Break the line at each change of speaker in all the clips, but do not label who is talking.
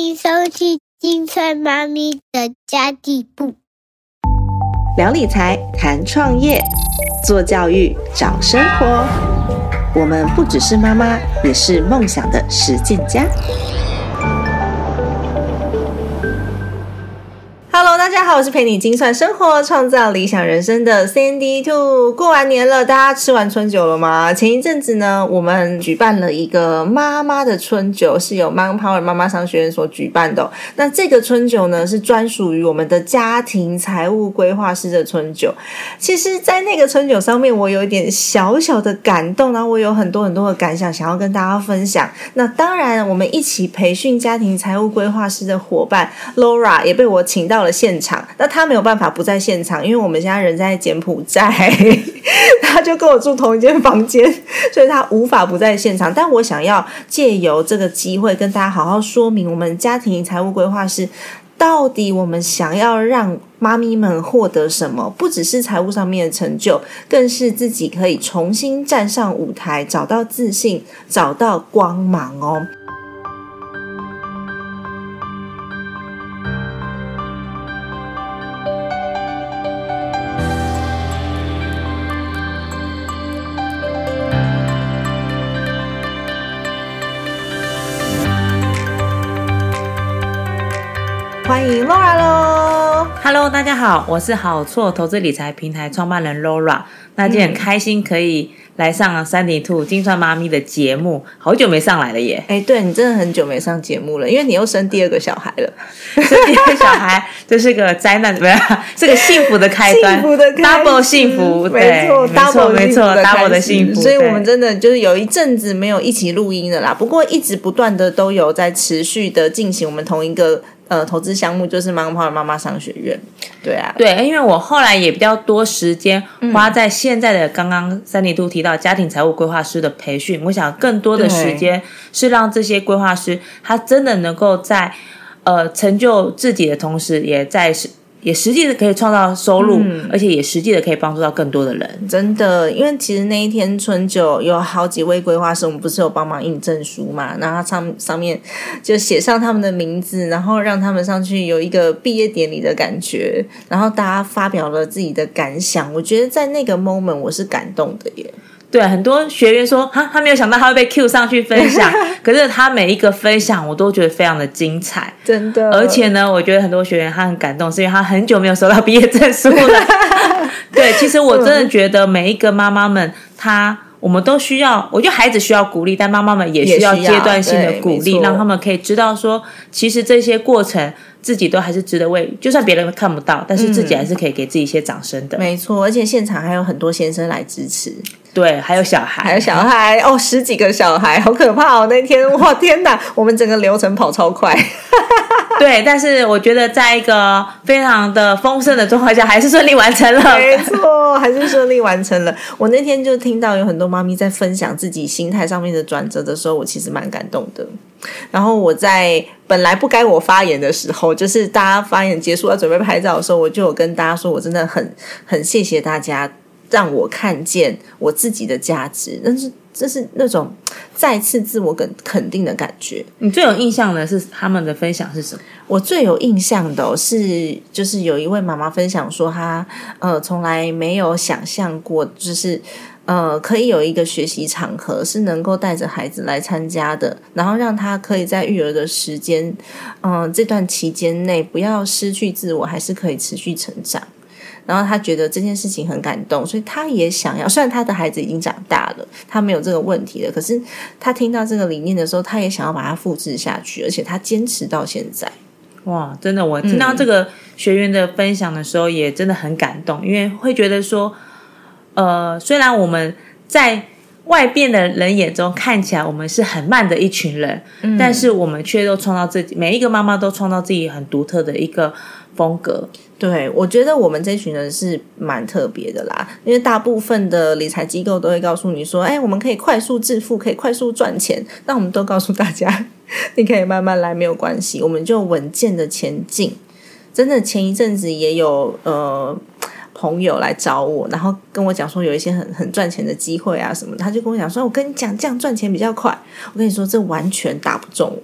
迎收听金川妈咪的家地部，
聊理财，谈创业，做教育，找生活。我们不只是妈妈，也是梦想的实践家。Hello， 大家好，我是陪你精算生活、创造理想人生的 Sandy Two。过完年了，大家吃完春酒了吗？前一阵子呢，我们举办了一个妈妈的春酒，是由 Manpower 妈妈商学院所举办的哦。那这个春酒呢，是专属于我们的家庭财务规划师的春酒。其实，在那个春酒上面，我有一点小小的感动，然后我有很多的感想想要跟大家分享。那当然，我们一起培训家庭财务规划师的伙伴 Laura 也被我请到了现场。那他没有办法不在现场，因为我们现在人在柬埔寨，他就跟我住同一间房间，所以他无法不在现场。但我想要借由这个机会跟大家好好说明，我们家庭财务规划师到底我们想要让妈咪们获得什么，不只是财务上面的成就，更是自己可以重新站上舞台，找到自信，找到光芒哦。欢迎 Laura 咯
Hello， 大家好，我是好错投资理财平台创办人 Laura。那今天很开心可以来上Sandy Two金川妈咪的节目，好久没上来了耶。
对，你真的很久没上节目了，因为你又生第二个小孩了。
生第二个小孩这是个灾难，不是，是个幸福的开端，
幸福的开始
double 幸福，
没错
double 的幸福。
所以我们真的就是有一阵子没有一起录音了啦，不过一直不断的都有在持续的进行我们同一个投资项目，就是 Manpower 妈妈商学院。对啊，
对，因为我后来也比较多时间花在现在的刚刚Sandy Two提到家庭财务规划师的培训，我想更多的时间是让这些规划师他真的能够在成就自己的同时，也实际的可以创造收入，而且也实际的可以帮助到更多的人。
真的，因为其实那一天春酒有好几位规划师，我们不是有帮忙印证书嘛，然后上面就写上他们的名字，然后让他们上去有一个毕业典礼的感觉，然后大家发表了自己的感想。我觉得在那个 moment 我是感动的耶。
对，很多学员说他没有想到他会被 Q 上去分享可是他每一个分享我都觉得非常的精彩，
真的。而
且呢，我觉得很多学员他很感动，是因为他很久没有收到毕业证书了对，其实我真的觉得每一个妈妈们我们都需要，我觉得孩子需要鼓励，但妈妈们也需要阶段性的鼓励，让他们可以知道说其实这些过程自己都还是值得为，就算别人看不到，但是自己还是可以给自己一些掌声的。
没错，而且现场还有很多先生来支持。
对，还有小孩
哦，10几个小孩，好可怕哦！那天，哇，天哪，我们整个流程跑超快。
对，但是我觉得在一个非常的丰盛的状况下，还是顺利完成了。
没错，还是顺利完成了。我那天就听到有很多妈咪在分享自己心态上面的转折的时候，我其实蛮感动的。然后我在本来不该我发言的时候，就是大家发言结束要准备拍照的时候，我就有跟大家说，我真的很谢谢大家让我看见我自己的价值，但是这是那种再次自我肯定的感觉。
你最有印象的是他们的分享是什么？
我最有印象的就是有一位妈妈分享说，她从来没有想象过，就是可以有一个学习场合是能够带着孩子来参加的，然后让他可以在育儿的时间这段期间内不要失去自我，还是可以持续成长。然后他觉得这件事情很感动，所以他也想要，虽然他的孩子已经长大了，他没有这个问题了，可是他听到这个理念的时候，他也想要把它复制下去，而且他坚持到现在。
哇，真的，我听到这个学员的分享的时候也真的很感动，因为会觉得说虽然我们在外边的人眼中看起来我们是很慢的一群人，但是我们却都创造自己，每一个妈妈都创造自己很独特的一个风格。
对，我觉得我们这群人是蛮特别的啦，因为大部分的理财机构都会告诉你说，我们可以快速致富，可以快速赚钱，那我们都告诉大家你可以慢慢来，没有关系，我们就稳健的前进。真的前一阵子也有朋友来找我，然后跟我讲说有一些很赚钱的机会啊什么的，他就跟我讲说，我跟你讲这样赚钱比较快。我跟你说这完全打不中我，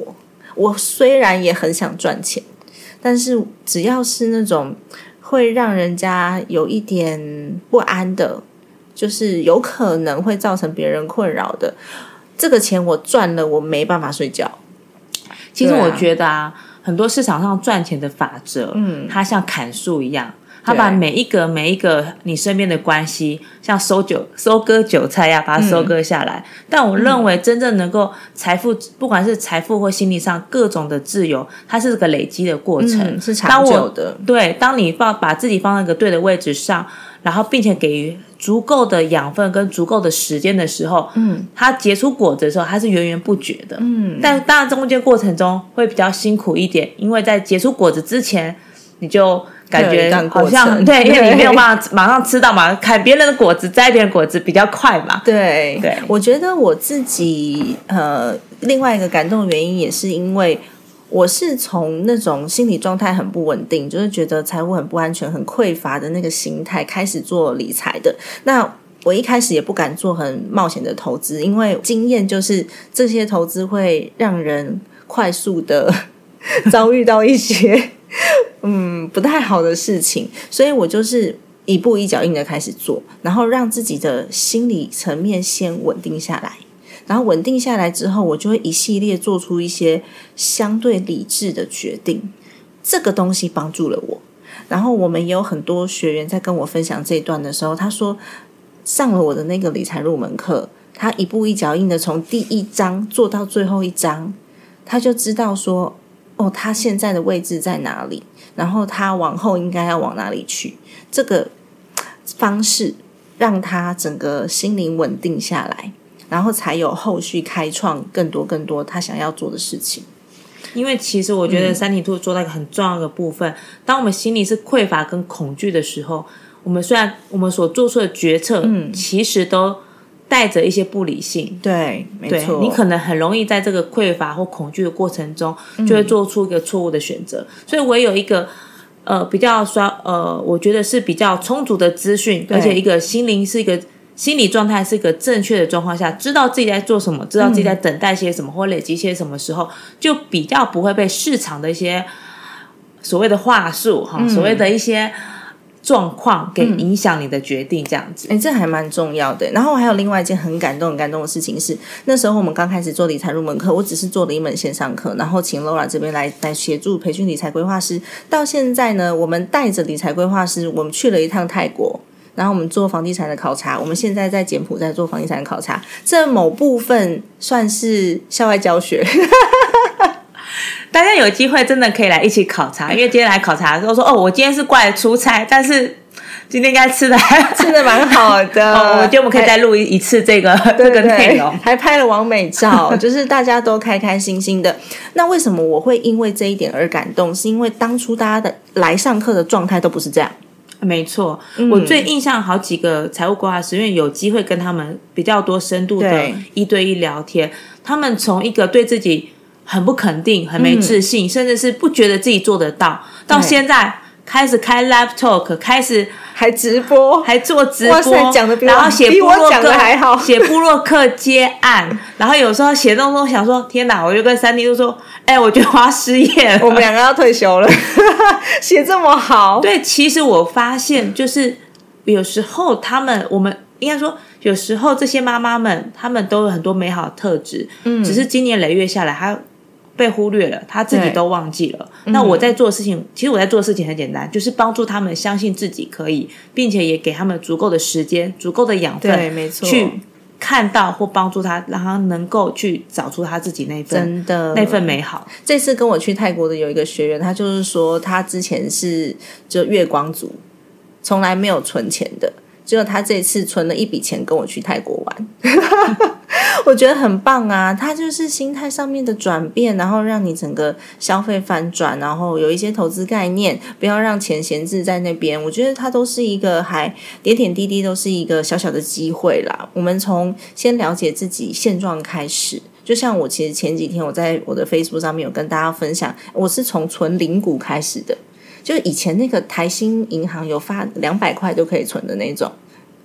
我虽然也很想赚钱，但是只要是那种会让人家有一点不安的，就是有可能会造成别人困扰的，这个钱我赚了，我没办法睡觉。
其实我觉得很多市场上赚钱的法则，它像砍树一样，它把每一个你身边的关系，像收割韭菜呀，把它收割下来。但我认为真正能够财富，不管是财富或心理上各种的自由，它是个累积的过程，
是长久的。
对，当你把自己放在一个对的位置上，然后并且给予足够的养分跟足够的时间的时候，它结出果子的时候，它是源源不绝的。但当然中间过程中会比较辛苦一点，因为在结出果子之前，你就感觉好像对，因为你没有办法马上吃到嘛，砍别人的果子，摘别人的果子比较快嘛。
对，我觉得我自己另外一个感动的原因也是因为我是从那种心理状态很不稳定，就是觉得财务很不安全、很匮乏的那个心态开始做理财的。那我一开始也不敢做很冒险的投资，因为经验就是这些投资会让人快速的遭遇到一些不太好的事情，所以我就是一步一脚印的开始做，然后让自己的心理层面先稳定下来。然后稳定下来之后，我就会一系列做出一些相对理智的决定，这个东西帮助了我。然后我们也有很多学员在跟我分享这一段的时候，他说上了我的那个理财入门课，他一步一脚印的从第一章做到最后一章，他就知道说他现在的位置在哪里，然后他往后应该要往哪里去，这个方式让他整个心灵稳定下来，然后才有后续开创更多他想要做的事情。
因为其实我觉得三体兔做到一个很重要的部分，当我们心里是匮乏跟恐惧的时候，我们虽然我们所做出的决策其实都带着一些不理性，
对，没错，
你可能很容易在这个匮乏或恐惧的过程中就会做出一个错误的选择。所以我有一个比较我觉得是比较充足的资讯，而且一个心理状态是一个正确的状况下，知道自己在做什么，知道自己在等待些什么或累积些什么时候，就比较不会被市场的一些所谓的话术所谓的一些状况给影响你的决定，这样子。
这还蛮重要的。然后还有另外一件很感动的事情是，那时候我们刚开始做理财入门课，我只是做了一门线上课，然后请 Laura 这边来协助培训理财规划师。到现在呢，我们带着理财规划师，我们去了一趟泰国，然后我们做房地产的考察，我们现在在柬埔寨做房地产的考察，这某部分算是校外教学。
大家有机会真的可以来一起考察，因为今天来考察的时候说我今天是过来出差，但是今天应该吃的
蛮好的。
我觉得我们可以再录一次这个内容，
还拍了完美照，就是大家都开开心心的。那为什么我会因为这一点而感动？是因为当初大家的来上课的状态都不是这样。
没错，我最印象好几个财务规划师，因为有机会跟他们比较多深度的一对一聊天，他们从一个对自己很不肯定、很没自信，甚至是不觉得自己做得到，到现在开始开 live talk， 开始
还直播，
还做直播，
哇塞，讲的
然后写部落格
还好，
写部落客接案，然后有时候写东西想说天哪，我就跟3D就说，我觉得我要失业了，
我们两个要退休了，写这么好。
对，其实我发现就是有时候我们应该说，有时候这些妈妈们她们都有很多美好的特质，只是经年累月下来，她被忽略了，她自己都忘记了。那我在做的事情，其实我在做的事情很简单，就是帮助他们相信自己可以，并且也给他们足够的时间、足够的养分，
对，没错，
去看到或帮助他，让他能够去找出他自己那份美好。
这次跟我去泰国的有一个学员，他就是说他之前是就月光族，从来没有存钱的，结果他这次存了一笔钱跟我去泰国玩。我觉得很棒啊，他就是心态上面的转变，然后让你整个消费翻转，然后有一些投资概念，不要让钱闲置在那边。我觉得它都是一个还点点滴滴都是一个小小的机会啦。我们从先了解自己现状开始，就像我其实前几天我在我的 Facebook 上面有跟大家分享，我是从存零股开始的，就是以前那个台新银行有发200块都可以存的那种，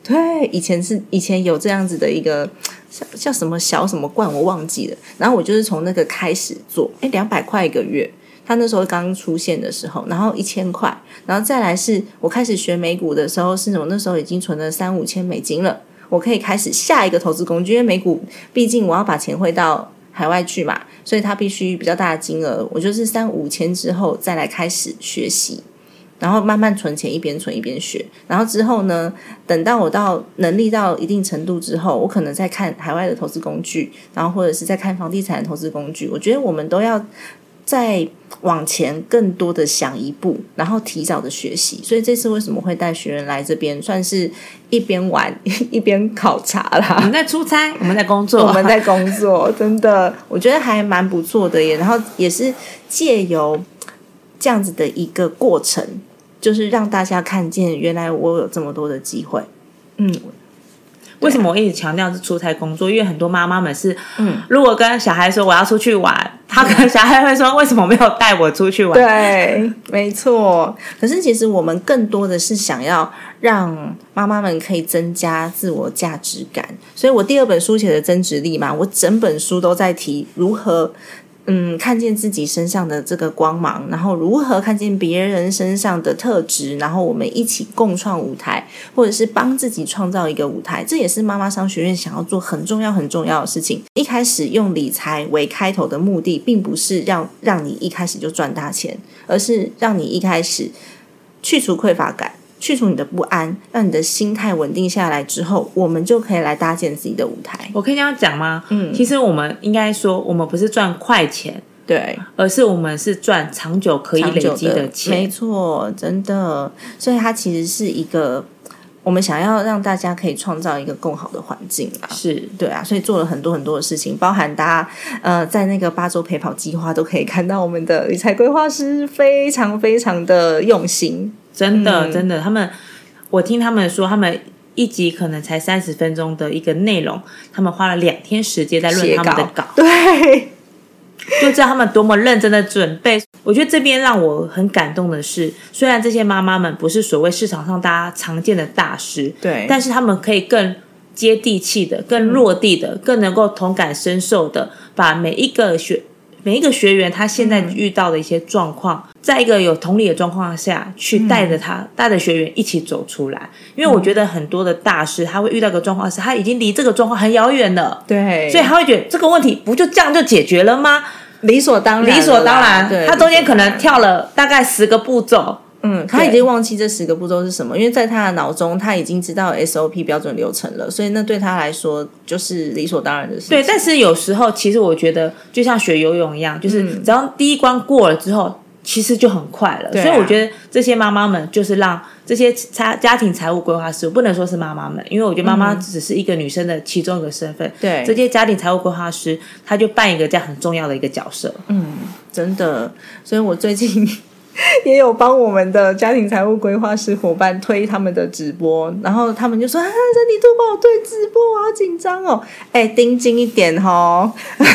对，以前有这样子的一个叫什么小什么罐我忘记了，然后我就是从那个开始做，200块一个月，他那时候刚出现的时候，然后1000块，然后再来是我开始学美股的时候，是我那时候已经存了3-5千美金了，我可以开始下一个投资工具，因为美股毕竟我要把钱汇到海外去嘛，所以它必须比较大的金额，我就是3-5千之后再来开始学习，然后慢慢存钱，一边存一边学，然后之后呢，等到我到能力到一定程度之后，我可能再看海外的投资工具，然后或者是再看房地产的投资工具，我觉得我们都要再往前更多的想一步，然后提早的学习。所以这次为什么会带学员来这边，算是一边玩一边考察啦。
我们在出差，我们在工作，
我们在工作，真的我觉得还蛮不错的耶。然后也是借由这样子的一个过程，就是让大家看见原来我有这么多的机会。
为什么我一直强调是出差工作？因为很多妈妈们是，如果跟小孩说我要出去玩，他跟小孩会说为什么没有带我出去玩？
对，没错。可是其实我们更多的是想要让妈妈们可以增加自我价值感，所以我第2本书写的增值力嘛，我整本书都在提如何看见自己身上的这个光芒，然后如何看见别人身上的特质，然后我们一起共创舞台，或者是帮自己创造一个舞台，这也是妈妈商学院想要做很重要很重要的事情。一开始用理财为开头的目的，并不是让你一开始就赚大钱，而是让你一开始去除匮乏感，去除你的不安，让你的心态稳定下来之后，我们就可以来搭建自己的舞台。
我可以这样讲吗？其实我们应该说，我们不是赚快钱，
对，
而是我们是赚长久可以累积的钱。
没错，真的。所以它其实是一个我们想要让大家可以创造一个更好的环境啊，
是
对啊，所以做了很多很多的事情，包含大家在那个8周陪跑计划都可以看到我们的理财规划师非常非常的用心。
真的真的，我听他们说，他们一集可能才30分钟的一个内容，他们花了2天时间在论他们的稿，
对，
就知道他们多么认真的准备。我觉得这边让我很感动的是，虽然这些妈妈们不是所谓市场上大家常见的大师，
对，
但是他们可以更接地气的、更落地的、更能够同感深受的，把每一个学员他现在遇到的一些状况，在一个有同理的状况下去带着学员一起走出来。因为我觉得很多的大师他会遇到一个状况是他已经离这个状况很遥远了，
对，
所以他会觉得这个问题不就这样就解决了吗？
理所当然，
理所当然，他中间可能跳了大概10个步骤，
他已经忘记这10个步骤是什么，因为在他的脑中他已经知道 SOP 标准流程了，所以那对他来说就是理所当然的事情。
对，但是有时候其实我觉得就像学游泳一样，就是只要第一关过了之后其实就很快了，所以我觉得这些妈妈们就是让这些家庭财务规划师，我不能说是妈妈们，因为我觉得妈妈只是一个女生的其中一个身份，
对，
这些家庭财务规划师他就扮一个这样很重要的一个角色。
真的，所以我最近也有帮我们的家庭财务规划师伙伴推他们的直播，然后他们就说：“啊，珍妮兔帮我推直播，我好紧张哦！”盯紧一点哦。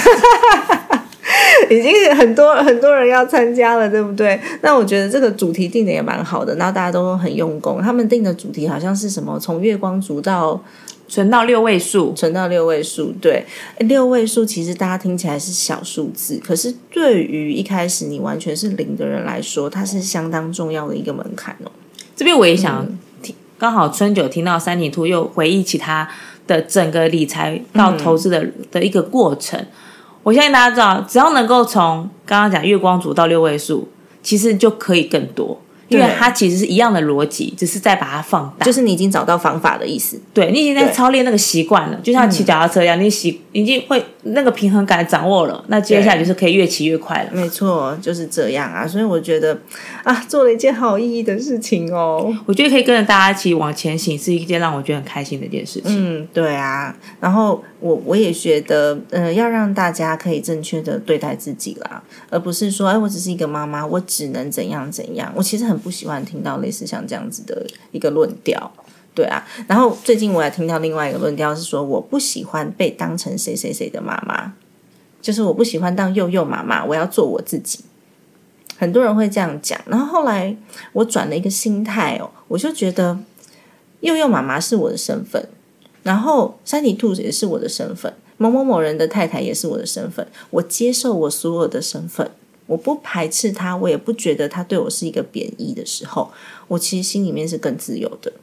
已经很多人要参加了，对不对？那我觉得这个主题定的也蛮好的，然后大家都很用功。他们定的主题好像是什么，从月光族到
存到6位数，
对，6位数其实大家听起来是小数字，可是对于一开始你完全是0的人来说，它是相当重要的一个门槛哦。
这边我也想刚好春酒听到珊妮兔又回忆起他的整个理财到投资的一个过程。我相信大家知道，只要能够从刚刚讲月光族到6位数，其实就可以更多，因为它其实是一样的逻辑，只是在把它放大，
就是你已经找到方法的意思。
对，你已经在操练那个习惯了，就像骑脚踏车一样，你已经会那个平衡感掌握了，那接下来就是可以越骑越快了。
没错，就是这样啊。所以我觉得做了一件好意义的事情哦。
我觉得可以跟着大家一起往前行，是一件让我觉得很开心的一件事情。
对啊。然后我也觉得，要让大家可以正确的对待自己啦，而不是说，我只是一个妈妈，我只能怎样怎样。我其实很不喜欢听到类似像这样子的一个论调。对啊，然后最近我也听到另外一个论调是说，我不喜欢被当成谁谁谁的妈妈，就是我不喜欢当幼妈妈，我要做我自己。很多人会这样讲，然后后来我转了一个心态我就觉得幼幼妈妈是我的身份，然后山迪兔也是我的身份，某某某人的太太也是我的身份，我接受我所有的身份，我不排斥他，我也不觉得他对我是一个贬义的时候，我其实心里面是更自由的。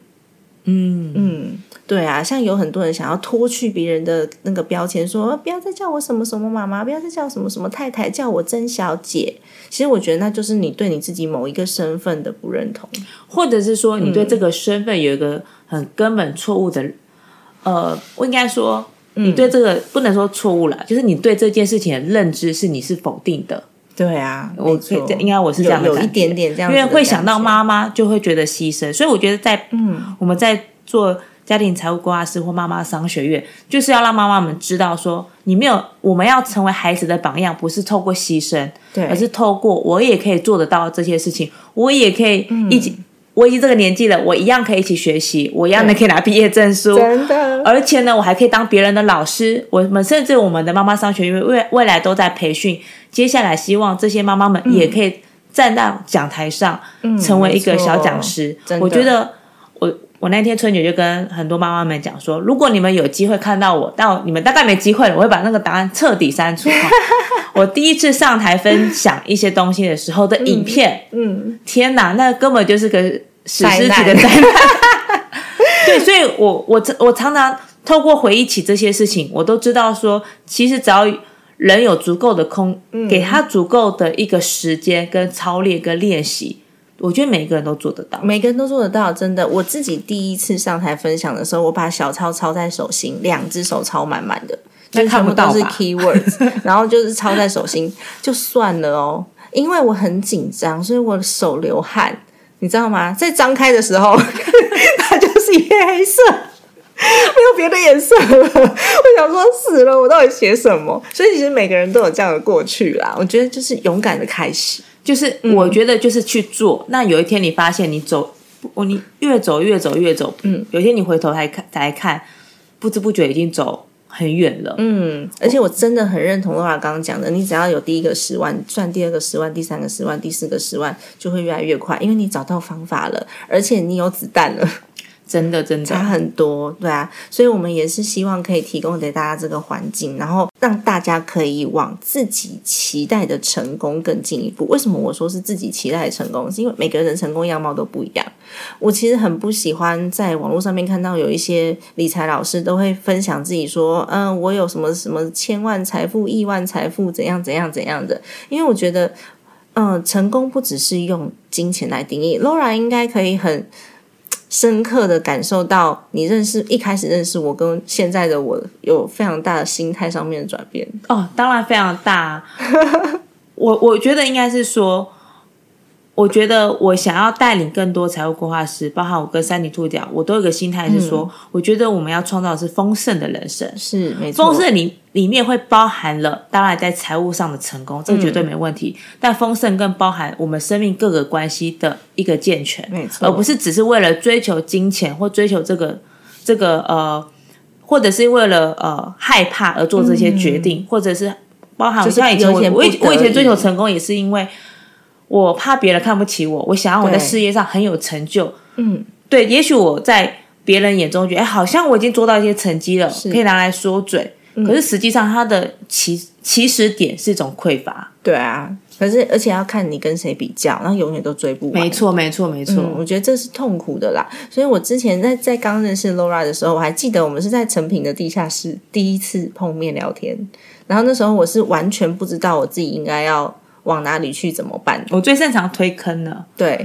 对啊，像有很多人想要脱去别人的那个标签，说不要再叫我什么什么妈妈，不要再叫我什么什么太太，叫我曾小姐。其实我觉得那就是你对你自己某一个身份的不认同，
或者是说你对这个身份有一个很根本错误的，我应该说你对这个不能说错误啦，就是你对这件事情的认知是你是否定的。
对啊，
应该我是这样的感觉，
有一点点这样子的感觉，
因为会想到妈妈就会觉得牺牲，所以我觉得我们在做家庭财务规划师或妈妈商学院，就是要让妈妈们知道说，我们要成为孩子的榜样，不是透过牺牲，
对，
而是透过我也可以做得到这些事情，我也可以一起。我已经这个年纪了，我一样可以一起学习，我一样可以拿毕业证书，
真的。
而且呢，我还可以当别人的老师。我们甚至我们的妈妈商学院未来都在培训，接下来希望这些妈妈们也可以站到讲台上，成为一个小讲师。我觉得我那天春节就跟很多妈妈们讲说，如果你们有机会看到我，但你们大概没机会了，我会把那个答案彻底删除。我第一次上台分享一些东西的时候的影片，天哪，那根本就是个史诗级的灾难。对，所以我常常透过回忆起这些事情，我都知道说，其实只要人有足够的给他足够的一个时间跟操练跟练习，我觉得每个人都做得到，
每个人都做得到，真的。我自己第一次上台分享的时候，我把小抄抄在手心，2只手抄满满的，就全部都是 keywords， 然后就是抄在手心，就算了哦，因为我很紧张，所以我手流汗，你知道吗？在张开的时候，它就是一片黑色。没有别的颜色了，我想说死了，我到底写什么？所以其实每个人都有这样的过去啦。我觉得就是勇敢的开始，
就是我觉得就是去做。那有一天你发现你越走，有一天你回头才看，不知不觉已经走很远了。
而且我真的很认同Laura刚刚讲的，你只要有第一个10万，赚第二个10万，第三个10万，第四个10万，就会越来越快，因为你找到方法了，而且你有子弹了。
真的
差很多，对啊，所以我们也是希望可以提供给大家这个环境，然后让大家可以往自己期待的成功更进一步。为什么我说是自己期待的成功？是因为每个人成功样貌都不一样。我其实很不喜欢在网络上面看到有一些理财老师都会分享自己说，我有什么什么千万财富、亿万财富，怎样怎样怎样的。因为我觉得，成功不只是用金钱来定义。Laura 应该可以很深刻的感受到你一开始认识我跟现在的我有非常大的心态上面的转变。
当然非常大。我觉得应该是说，我觉得我想要带领更多财务规划师，包含我跟山迪兔讲，我都有一个心态是说，我觉得我们要创造的是丰盛的人生。
是没错，
丰盛里面会包含了当然在财务上的成功，这个绝对没问题，但丰盛更包含我们生命各个关系的一个健全，
没错，
而不是只是为了追求金钱或追求这个或者是为了害怕而做这些决定，或者是包含像以前我以前追求成功也是因为我怕别人看不起我，我想要我在事业上很有成就。对，也许我在别人眼中觉得好像我已经做到一些成绩了，可以拿来说嘴，可是实际上它的起始点是一种匮乏。
对啊，可是而且要看你跟谁比较，然后永远都追不完。
没错没错没错，
我觉得这是痛苦的啦。所以我之前在刚认识 Laura 的时候，我还记得我们是在诚品的地下室第一次碰面聊天，然后那时候我是完全不知道我自己应该要往哪里去怎么办。
我最擅长推坑了。
对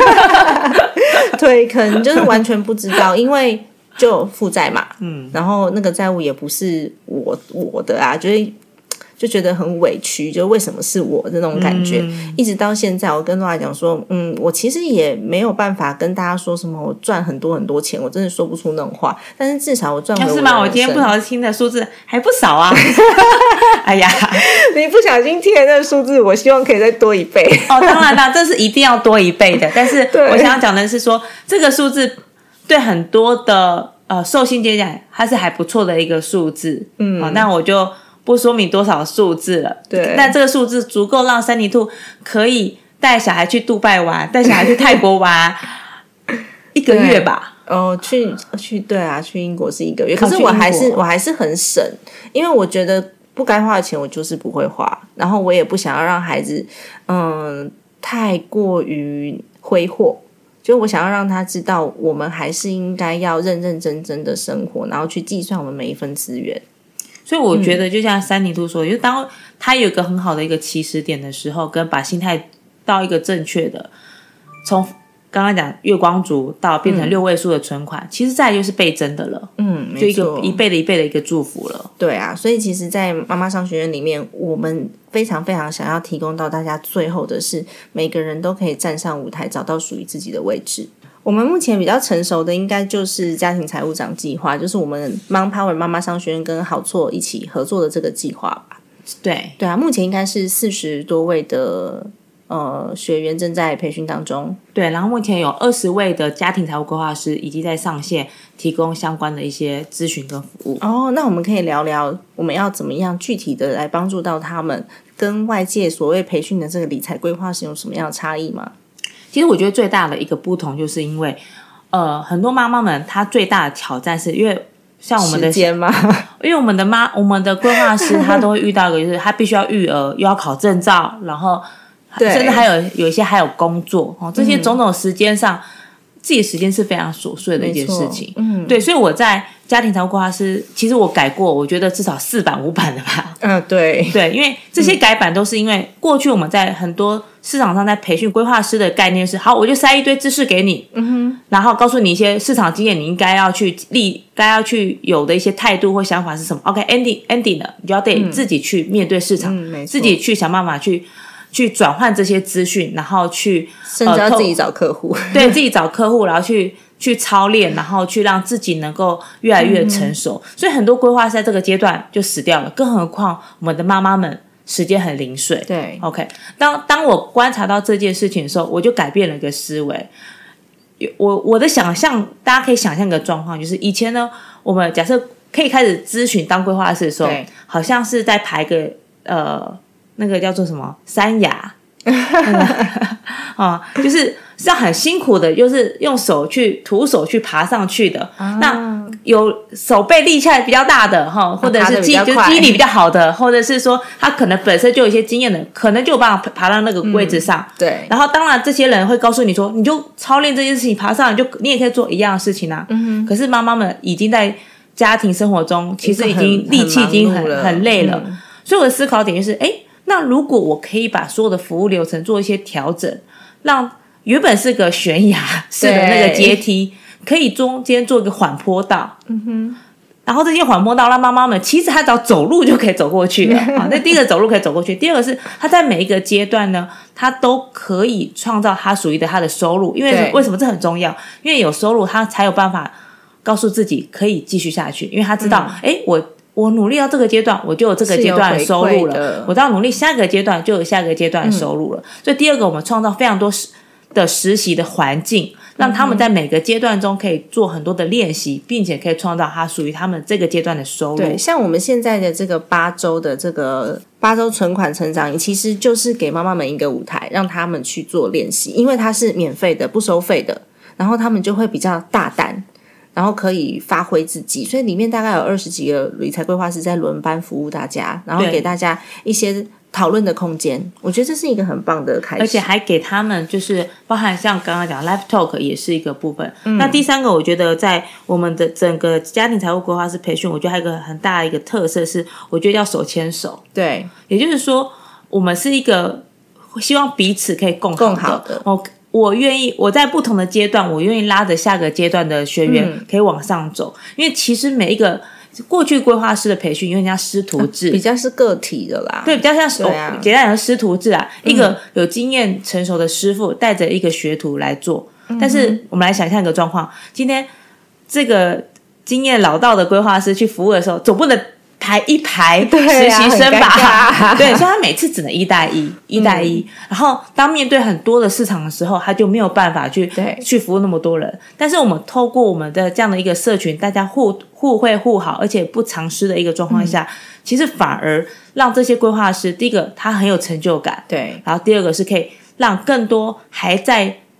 推坑就是完全不知道，因为就负债嘛，然后那个债务也不是我的啊，就觉得很委屈，就为什么是我的那种感觉。一直到现在我跟Laura讲说，我其实也没有办法跟大家说什么我赚很多很多钱，我真的说不出那种话，但是至少我赚回我的人生。
是吗？我今天不小心听的数字还不少啊。哎呀，
你不小心听的那个数字，我希望可以再多1倍。
当然啦，这是一定要多1倍的，但是我想要讲的是说，这个数字对很多的受薪阶讲它是还不错的一个数字。那我就不说明多少数字了，
对，
但这个数字足够让山迪兔可以带小孩去杜拜玩，带小孩去泰国玩1个月吧。
对啊，去英国是1个月，可是我还是很省，因为我觉得不该花的钱我就是不会花，然后我也不想要让孩子太过于挥霍，就我想要让他知道我们还是应该要认认真真的生活，然后去计算我们每一分资源。
所以我觉得就像珊妮兔说，就当他有一个很好的一个起始点的时候，跟把心态到一个正确的，从刚刚讲月光族到变成6位数的存款，其实再来就是倍增的了，就一个一倍的一倍的一个祝福了。
对啊，所以其实在妈妈商学院里面，我们非常非常想要提供到大家最后的是每个人都可以站上舞台，找到属于自己的位置。我们目前比较成熟的应该就是家庭财务长计划，就是我们 MomPower 妈妈商学院跟好错一起合作的这个计划吧。
对
啊，目前应该是40多位的学员正在培训当中。
对，然后目前有20位的家庭财务规划师已经在上线提供相关的一些咨询跟服务。
那我们可以聊聊我们要怎么样具体的来帮助到他们，跟外界所谓培训的这个理财规划是有什么样的差异吗？
其实我觉得最大的一个不同就是因为很多妈妈们她最大的挑战是因为像我们的
时间吗？
因为我们的规划师她都会遇到一个就是她必须要育儿又要考证照，然后甚至还有一些还有工作这些种种时间上自己的时间是非常琐碎的一件事情。对，所以我在家庭财务规划师其实我改过，我觉得至少4版5版的吧。
对，
因为这些改版都是因为过去我们在很多市场上在培训规划师的概念是，好，我就塞一堆知识给你，然后告诉你一些市场经验，你应该要去有的一些态度或想法是什么。OK， ending 了，你就要得自己去面对市场，自己去想办法去转换这些资讯，然后去
甚至要自己找客户，
对，自己找客户，然后去操练，然后去让自己能够越来越成熟。所以很多规划师在这个阶段就死掉了，更何况我们的妈妈们时间很零碎。
对
，OK， 当我观察到这件事情的时候，我就改变了一个思维。我的想象，大家可以想象一个状况，就是以前呢，我们假设可以开始咨询当规划师的时候，好像是在排个那个叫做什么山崖就是要很辛苦的，就是用徒手去爬上去的。那有手背力气比较大的或者是肌力比较好的，或者是说他可能本身就有一些经验的，可能就有办法爬到那个位置上。
对。
然后当然这些人会告诉你说，你就操练这件事情，爬上你也可以做一样的事情啊。可是妈妈们已经在家庭生活中，其实已经力气已经很累了。所以我的思考点就是，那如果我可以把所有的服务流程做一些调整，让原本是个悬崖式的那个阶梯，可以中间做一个缓坡道，然后这些缓坡道让妈妈们其实她只要走路就可以走过去了。那第一个走路可以走过去，第二个是她在每一个阶段呢，她都可以创造她属于她的收入。因为为什么这很重要？因为有收入，她才有办法告诉自己可以继续下去，因为她知道，我努力到这个阶段，我就有这个阶段的收入了。我到努力下个阶段，就有下个阶段的收入了。所以第二个，我们创造非常多的实习的环境，让他们在每个阶段中可以做很多的练习，并且可以创造属于他们这个阶段的收入。
对，像我们现在的这个8周的这个8周存款成长营，其实就是给妈妈们一个舞台，让他们去做练习，因为它是免费的，不收费的，然后他们就会比较大胆。然后可以发挥自己，所以里面大概有20几个理财规划师在轮班服务大家，然后给大家一些讨论的空间。我觉得这是一个很棒的开始，
而且还给他们就是包含像刚刚讲 Live Talk 也是一个部分。那第三个，我觉得在我们的整个家庭财务规划师培训，我觉得还有一个很大的一个特色是，我觉得要手牵手。
对，
也就是说，我们是一个希望彼此可以共好的。我愿意，我在不同的阶段，我愿意拉着下个阶段的学员可以往上走，因为其实每一个过去规划师的培训有点像师徒制，
比较是个体的啦，
对，比较像简单讲师徒制啊，一个有经验成熟的师傅带着一个学徒来做。但是我们来想象一个状况，今天这个经验老道的规划师去服务的时候，总不能排一排实习生吧？对，所以他每次只能1带1，然后当面对很多的市场的时候，他就没有办法去服务那么多人。但是我们透过我们的这样的一个社群，大家互惠互好，而且不藏私的一个状况下，其实反而让这些规划师，第一个他很有成就感，
对，
然后第二个是可以让更多还在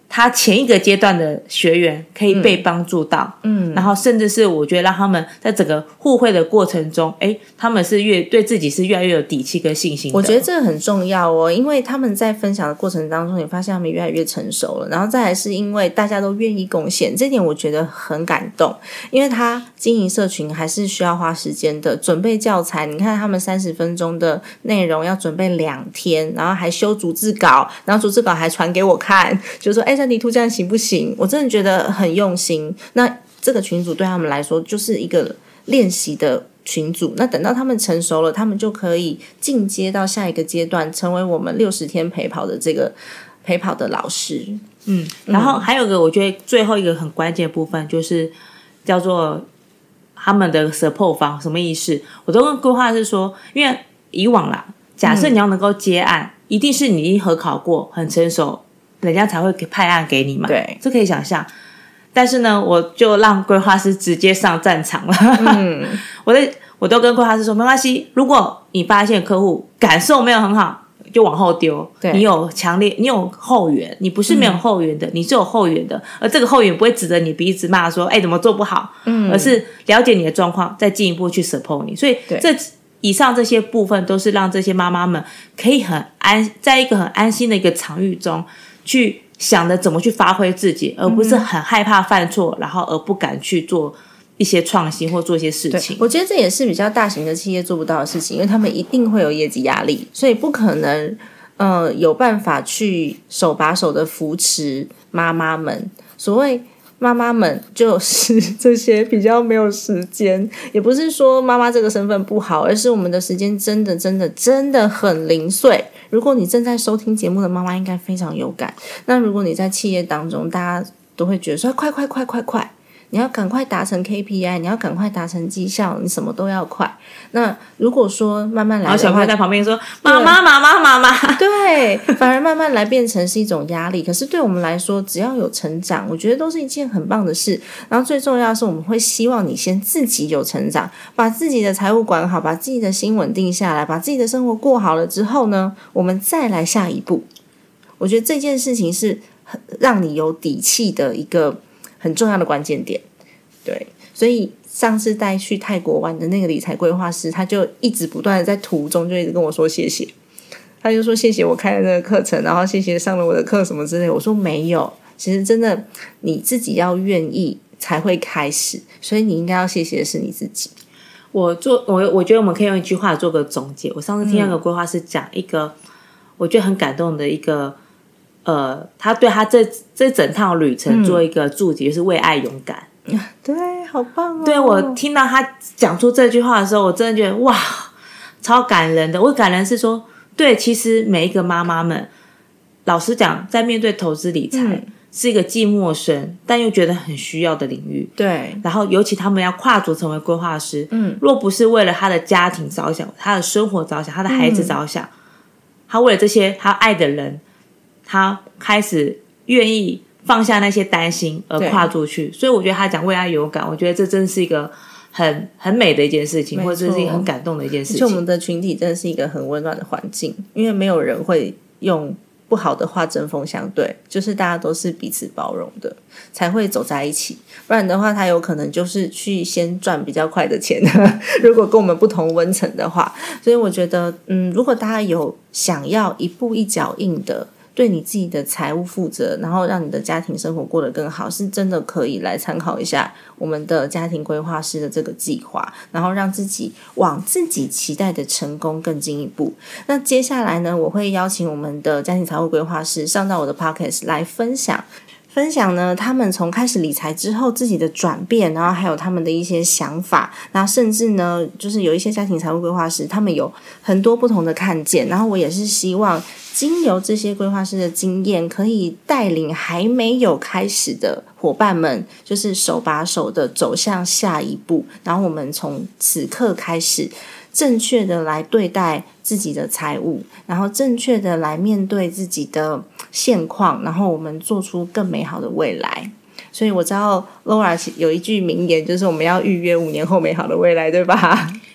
他前一个阶段的学员可以被帮助到，然后甚至是我觉得让他们在整个互惠的过程中，他们是对自己是越来越有底气跟信心的。
我觉得这个很重要哦，因为他们在分享的过程当中，你发现他们越来越成熟了，然后再来是因为大家都愿意贡献，这点我觉得很感动。因为他经营社群还是需要花时间的，准备教材，你看他们30分钟的内容要准备2天，然后还修逐字稿，然后逐字稿还传给我看，就说珊迪兔这样行不行？我真的觉得很用心。那这个群组对他们来说就是一个练习的群组，那等到他们成熟了，他们就可以进阶到下一个阶段，成为我们60天陪跑的这个陪跑的老师。
然后还有个我觉得最后一个很关键的部分就是叫做他们的 support 方，什么意思？我都跟规划是说，因为以往啦，假设你要能够接案，一定是你已经核考过很成熟，人家才会派案给你嘛，
对，
这可以想象。但是呢，我就让规划师直接上战场了。我都跟规划师说，没关系，如果你发现客户感受没有很好，就往后丢。你有你有后援，你不是没有后援的，你是有后援的，而这个后援不会指着你鼻子骂说，怎么做不好，而是了解你的状况，再进一步去 support 你。所以以上这些部分都是让这些妈妈们可以在一个很安心的一个场域中去想着怎么去发挥自己，而不是很害怕犯错，然后而不敢去做一些创新或做一些事情。
我觉得这也是比较大型的企业做不到的事情，因为他们一定会有业绩压力，所以不可能有办法去手把手的扶持妈妈们。所谓妈妈们就是这些比较没有时间，也不是说妈妈这个身份不好，而是我们的时间真的很零碎。如果你正在收听节目的妈妈应该非常有感，那如果你在企业当中，大家都会觉得说快，你要赶快达成 KPI， 你要赶快达成绩效，你什么都要快。那如果说慢慢来的话，
然后小朋友在旁边说妈妈，
对，反而慢慢来变成是一种压力。可是对我们来说，只要有成长，我觉得都是一件很棒的事。然后最重要的是，我们会希望你先自己有成长，把自己的财务管好，把自己的心稳定下来，把自己的生活过好了之后呢，我们再来下一步。我觉得这件事情是让你有底气的一个很重要的关键点。对，所以上次带去泰国玩的那个理财规划师，他就一直不断的在途中就一直跟我说谢谢，他就说谢谢我开了那个课程，然后谢谢上了我的课什么之类。我说没有，其实真的你自己要愿意才会开始，所以你应该要谢谢的是你自己。
我觉得我们可以用一句话做个总结。我上次听那个规划师讲一个我觉得很感动的一个他对他这整趟旅程做一个注解，就是为爱勇敢。
对，好棒哦！
对，我听到他讲出这句话的时候，我真的觉得哇，超感人的。我感人是说，对，其实每一个妈妈们，老实讲，在面对投资理财，是一个既陌生但又觉得很需要的领域。
对，
然后尤其他们要跨足成为规划师，若不是为了他的家庭着想，他的生活着想，他的孩子着想，他为了这些他爱的人，他开始愿意放下那些担心而跨出去。所以我觉得他讲为爱勇敢，我觉得这真是一个很美的一件事情，或者是一个很感动的一件事情。
就我们的群体真的是一个很温暖的环境，因为没有人会用不好的话针锋相对，就是大家都是彼此包容的，才会走在一起。不然的话，他有可能就是去先赚比较快的钱如果跟我们不同温层的话。所以我觉得如果大家有想要一步一脚印的对你自己的财务负责，然后让你的家庭生活过得更好，是真的可以来参考一下我们的家庭规划师的这个计划，然后让自己往自己期待的成功更进一步。那接下来呢，我会邀请我们的家庭财务规划师上到我的 podcast 来分享呢，他们从开始理财之后自己的转变，然后还有他们的一些想法，然后甚至呢，就是有一些家庭财务规划师，他们有很多不同的看见，然后我也是希望经由这些规划师的经验，可以带领还没有开始的伙伴们，就是手把手的走向下一步，然后我们从此刻开始正确的来对待自己的财务，然后正确的来面对自己的现况，然后我们做出更美好的未来。所以我知道 Laura 有一句名言，就是我们要预约5年后美好的未来，对吧？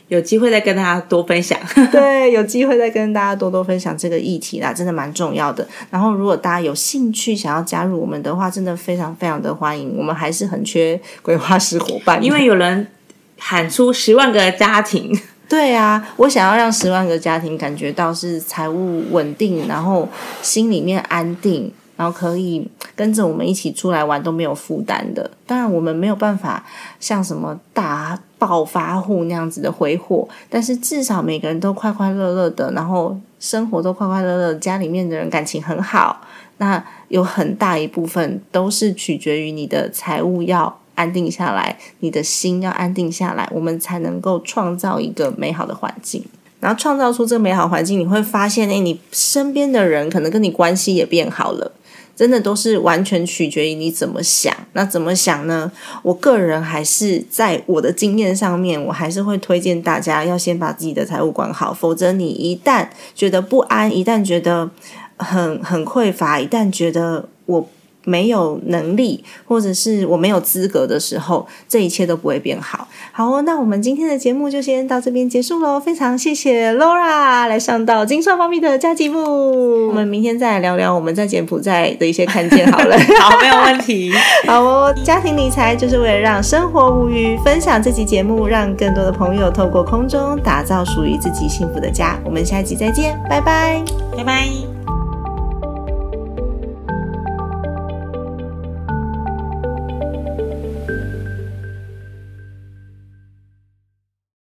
有机会再跟大家多分享。
对，有机会再跟大家多多分享这个议题啦，真的蛮重要的。然后如果大家有兴趣想要加入我们的话，真的非常非常的欢迎，我们还是很缺规划师伙伴的，
因为有人喊出10万个家庭。
对啊，我想要让10万个家庭感觉到是财务稳定，然后心里面安定，然后可以跟着我们一起出来玩都没有负担的。当然我们没有办法像什么大暴发户那样子的挥霍，但是至少每个人都快快乐乐的，然后生活都快快乐乐，家里面的人感情很好，那有很大一部分都是取决于你的财务要安定下来，你的心要安定下来，我们才能够创造一个美好的环境。然后创造出这个美好环境，你会发现你身边的人可能跟你关系也变好了，真的都是完全取决于你怎么想。那怎么想呢？我个人还是在我的经验上面，我还是会推荐大家要先把自己的财务管好，否则你一旦觉得不安，一旦觉得很匮乏，一旦觉得我没有能力或者是我没有资格的时候，这一切都不会变好。好哦，那我们今天的节目就先到这边结束咯，非常谢谢 Laura 来上到精算猫咪的家节目，我们明天再来聊聊我们在柬埔寨的一些看见好了。
好，没有问题。
好哦，家庭理财就是为了让生活无虞，分享这期节目，让更多的朋友透过空中打造属于自己幸福的家。我们下一集再见，拜拜，
拜拜。